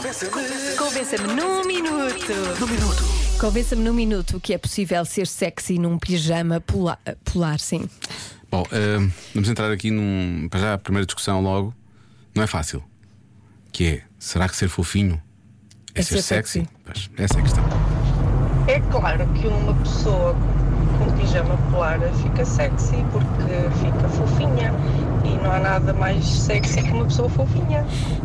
Convença-me num minuto. Convença-me num minuto que é possível ser sexy num pijama polar, sim. Bom, vamos entrar aqui para já a primeira discussão logo. Não é fácil. Que é, será que ser fofinho é ser sexy? Pois, essa é a questão. É claro que uma pessoa com pijama polar fica sexy porque fica fofinha e não há nada mais sexy que uma pessoa fofinha.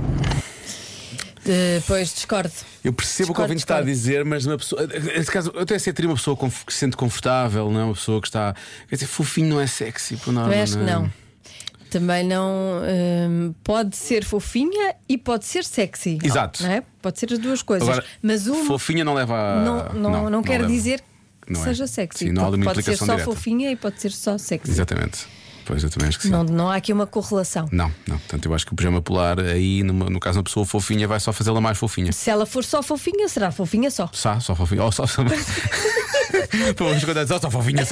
Depois discordo. Eu percebo o que o ouvinte está a dizer, mas uma pessoa, nesse caso, eu até teria uma pessoa que se sente confortável, não é? Uma pessoa que está. Quer dizer, fofinho não é sexy, por norma. Eu acho que não. Também não. Pode ser fofinha e pode ser sexy. Exato. Não é? Pode ser as duas coisas. Agora, mas uma. Fofinha não leva a. Não quer leva. dizer que Não é. seja sexy. Sim, não há ali uma pode ser implicação só direta. fofinha e pode ser só sexy. Exatamente. Pois eu também acho que sim. Não há aqui uma correlação. Não. Portanto, eu acho que o pijama polar, aí, no caso, uma pessoa fofinha vai só fazê-la mais fofinha. Se ela for só fofinha, será fofinha só. Só fofinha. Ou só. Vamos contar só fofinha.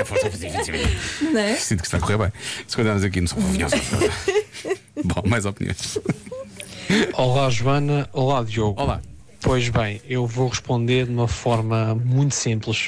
Não é? Sinto que está a correr bem. Se contarmos aqui no só fofinha. Bom, mais opiniões. Olá, Joana. Olá, Diogo. Olá. Pois bem, eu vou responder de uma forma muito simples.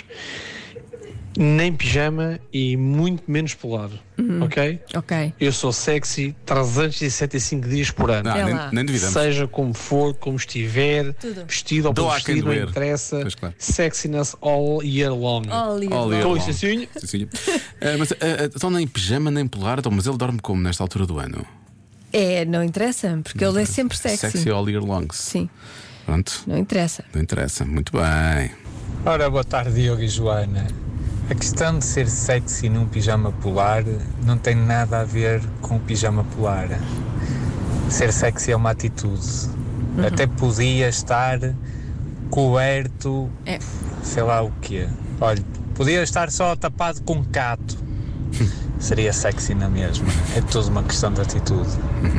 Nem pijama e muito menos polar, ok? Ok. Eu sou sexy 365 dias por ano. Nem duvidamos. Seja como for, como estiver, Tudo. vestido ou Dou por a quem vestido, não doer. interessa. Pois claro. Sexiness all year long. All year All year long. Com licencinha. Sim. Mas então nem pijama nem polar, então, mas ele dorme como nesta altura do ano? Não interessa, porque ele é sempre sexy. Sexy all year long. Sim, Pronto, não interessa. não interessa. Muito bem. Ora, boa tarde, Diogo e Joana. A questão de ser sexy num pijama polar não tem nada a ver com o pijama polar. Ser sexy é uma atitude. Até podia estar coberto, sei lá o quê. Olha, podia estar só tapado com cato. Seria sexy na mesma. É tudo uma questão de atitude.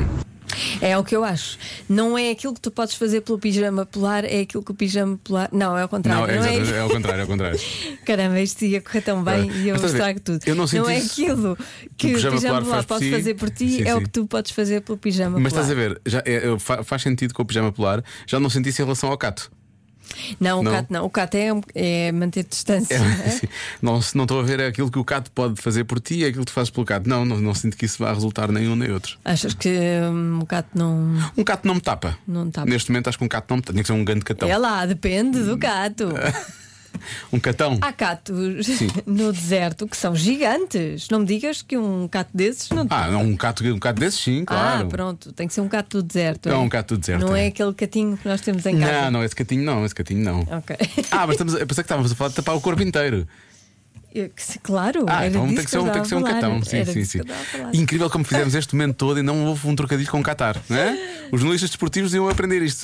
É o que eu acho. Não é aquilo que tu podes fazer pelo pijama polar, é aquilo que o pijama polar. Não, é ao contrário. É ao contrário. Caramba, isto ia correr tão bem e eu Mas estás a ver, estrago tudo. eu não sinto é isso. aquilo que o pijama polar pode si. fazer por ti, Sim, é o sim. que tu podes fazer pelo pijama Mas polar. estás a ver, faz sentido com o pijama polar. Já não senti isso em relação ao cato. Não, Não. o cato não. O cato é manter distância. Não estou a ver aquilo que o cato pode fazer por ti, é aquilo que tu fazes pelo cato. Não sinto que isso vá resultar nenhum nem outro. Achas que o cato não. Um cato não me tapa. Não tapa. Neste momento acho que um cato não me tapa. Tinha que ser um grande catão. É lá, depende do cato. Um catão. Há catos no deserto que são gigantes. Não me digas que um cato desses não. Não, um cato desses, sim, claro. Pronto, tem que ser um cato do deserto. É um cato do deserto. Não é aquele catinho que nós temos em casa. Não, esse catinho não. Ok. Mas eu pensei que estávamos a falar de tapar o corpo inteiro. Claro. Era Então disso tem que ser um eu estava a catão. falar. Era Sim. disso que eu estava a falar. Incrível como fizemos este momento todo e não houve um trocadilho com Qatar, não é? Os jornalistas desportivos iam aprender isto.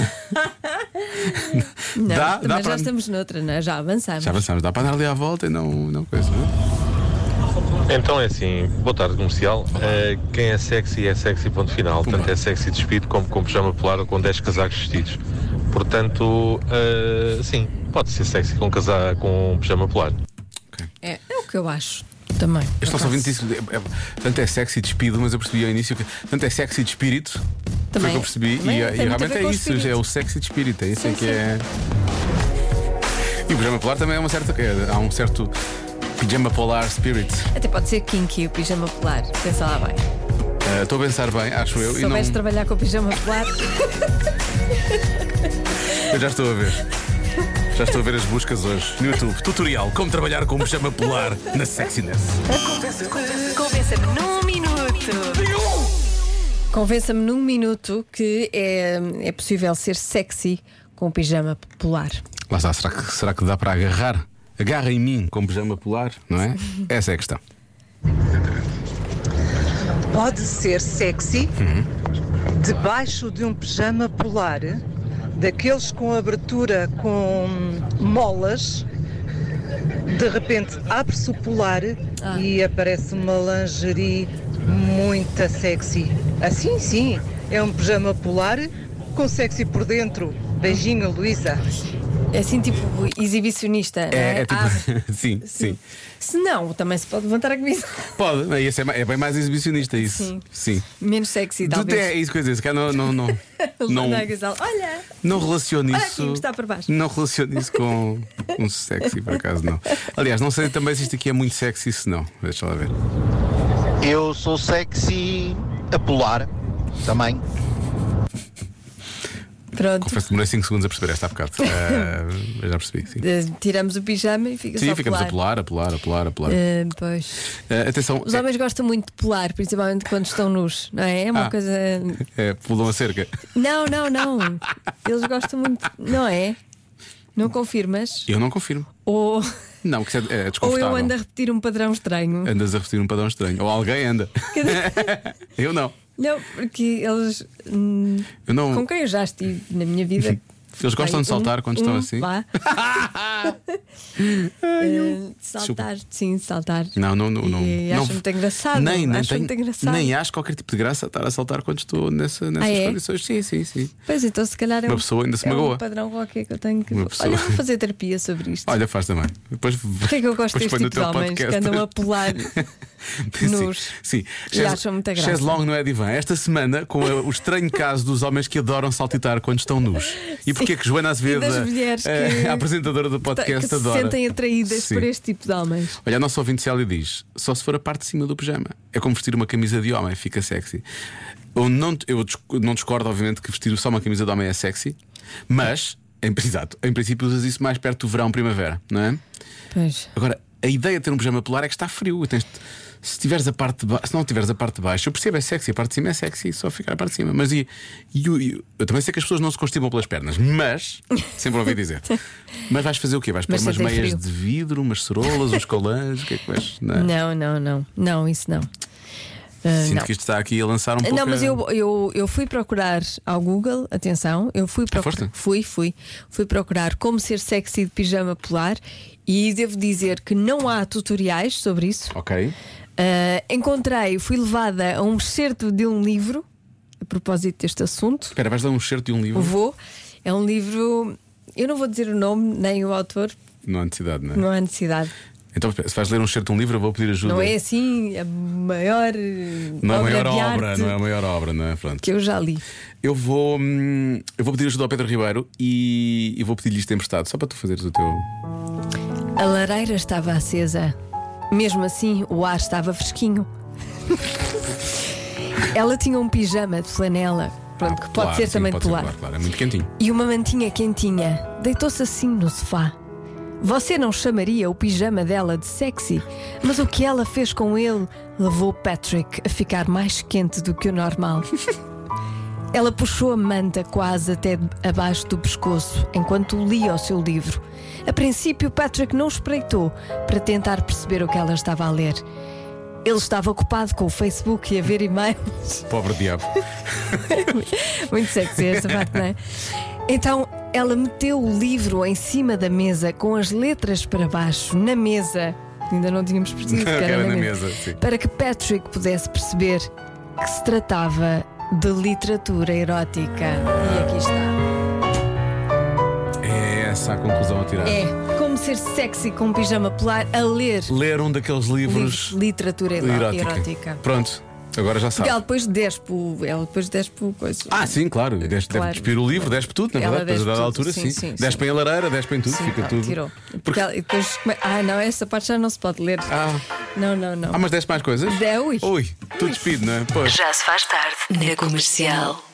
Não, Dá também já para- estamos noutra, não é? Já avançamos. Já avançamos, dá para andar ali à volta e não coisa, não é? Então é assim, boa tarde comercial. Quem é sexy, ponto final. Pumba. Tanto é sexy despido como com pijama polar ou com 10 casacos vestidos. Portanto, sim, pode ser sexy com pijama polar. É o que eu acho também. Este nosso ouvinte disse tanto é sexy despido, mas eu percebi ao início que tanto é sexy de espírito. Foi o Também. que eu percebi. Também E tem muito a realmente ver é com o isso, espírito. é o sexy de espírito. É isso Sim, que sim. é. E o pijama polar também há um certo pijama polar spirit. Até pode ser kinky o pijama polar. Pensa lá bem. Estou a pensar bem, acho eu. Se E não, souberes trabalhar com o pijama polar. eu já estou a ver. Já estou a ver as buscas hoje no YouTube. Tutorial: como trabalhar com um pijama polar na sexiness. Convença-me num minuto. Convença-me num minuto que é possível ser sexy com o pijama polar. Lá está, será que dá para agarrar? Agarra em mim com pijama polar, não é? Essa é a questão. Pode ser sexy debaixo de um pijama polar, daqueles com abertura com molas. De repente abre-se o polar e aparece uma lingerie muito sexy. Assim sim, é um pijama polar com sexy por dentro. Beijinho, Luísa. É assim tipo exibicionista. É não é? tipo. Sim, sim. Se não, também se pode levantar a camisa. Pode, esse é bem mais exibicionista isso. Sim. Menos sexy, talvez. É isso que eu ia dizer, não Olha! Não relaciono Olha isso. aqui, está para baixo. Não relaciono isso com um sexy, por acaso não. Aliás, não sei também se isto aqui é muito sexy, se não. Deixa lá ver. Eu sou sexy a pular também. Pronto. Confesso que demorei 5 segundos a perceber esta há bocado. Eu já percebi, sim. Tiramos o pijama e fica só ficamos a pular. Pois. Atenção. Os homens gostam muito de pular, principalmente quando estão nus, não é? É uma coisa. Pulam a cerca. Não. Eles gostam muito, não é? Não confirmas? Eu não confirmo. Ou. Não, que é Ou desconfortável. eu ando a repetir um padrão estranho. Andas a repetir um padrão estranho. Ou alguém anda. Eu não. Não, porque eles. Eu não. Com quem eu já estive na minha vida. Eles gostam de saltar quando estão assim. Vá. Saltar, sim, saltar. Não. E acho muito engraçado. Nem acho qualquer tipo de graça estar a saltar quando estou nessas condições. Sim. Pois então, se calhar uma pessoa ainda se magoa. Um padrão qualquer que eu tenho que. Olha, vou fazer terapia sobre isto. Olha, faz também. Porquê é que eu gosto deste tipo de homens que andam a pular nus? Sim. E acham muita graça. Chaise Long não é divã. Esta semana, com o estranho caso dos homens que adoram saltitar quando estão nus. E porquê que Joana Azevedo, a apresentadora do podcast, que adora? Se sentem atraídas por este tipo de homens. Olha, a nossa ouvinte Célia diz: só se for a parte de cima do pijama. É como vestir uma camisa de homem, fica sexy. Eu não discordo, obviamente, que vestir só uma camisa de homem é sexy, mas, em princípio, usas isso mais perto do verão, primavera, não é? Pois. Agora, a ideia de ter um pijama polar é que está frio. Se tiveres a parte de se não tiveres a parte de baixo, eu percebo, é sexy, a parte de cima é sexy, só ficar a parte de cima. Mas eu também sei que as pessoas não se constipam pelas pernas, mas sempre ouvi dizer. Mas vais fazer o quê? Vais pôr umas meias de vidro, umas cerolas, uns colãs, o que é que vais? Não, isso não. Sinto que isto está aqui a lançar um pouco. Não, mas eu fui procurar ao Google, atenção, eu fui procurar. Fui procurar como ser sexy de pijama polar e devo dizer que não há tutoriais sobre isso. Ok. Fui levada a um excerto de um livro a propósito deste assunto. Espera, vais dar um excerto de um livro? Vou. É um livro, eu não vou dizer o nome nem o autor. Não há necessidade, não é? Não há necessidade. Então, se vais ler um excerto de um livro, eu vou pedir ajuda. Não é assim a maior. Não é a maior obra, não é? Pronto. Que eu já li. Eu vou pedir ajuda ao Pedro Ribeiro e vou pedir-lhe isto emprestado, só para tu fazeres o teu. A lareira estava acesa. Mesmo assim, o ar estava fresquinho. Ela tinha um pijama de flanela, pronto, que pode ser também polar. Claro, é muito quentinho. E uma mantinha quentinha. Deitou-se assim no sofá. Você não chamaria o pijama dela de sexy, mas o que ela fez com ele levou Patrick a ficar mais quente do que o normal. Ela puxou a manta quase até abaixo do pescoço enquanto lia o seu livro. A princípio, Patrick não espreitou para tentar perceber o que ela estava a ler. Ele estava ocupado com o Facebook e a ver e-mails. Pobre diabo. Muito sexy esta parte, não é? Então ela meteu o livro em cima da mesa com as letras para baixo, na mesa. Ainda não tínhamos percebido que era na mesa. Sim. Para que Patrick pudesse perceber que se tratava de literatura erótica. E aqui está. É essa a conclusão a tirar. É como ser sexy com um pijama polar a ler. Ler um daqueles livros literatura erótica. Pronto. Agora já sabe. Porque ela depois despe o coisa. Sim, claro. Deve despir o livro, despe tudo, na verdade. Depois a dada altura, sim. Despe em a lareira, despe em tudo, fica tudo. Tirou. Porque ela, depois. Não, essa parte já não se pode ler. Não. Mas despe mais coisas? Ui, tudo despido, não é? Pois. Já se faz tarde na Comercial.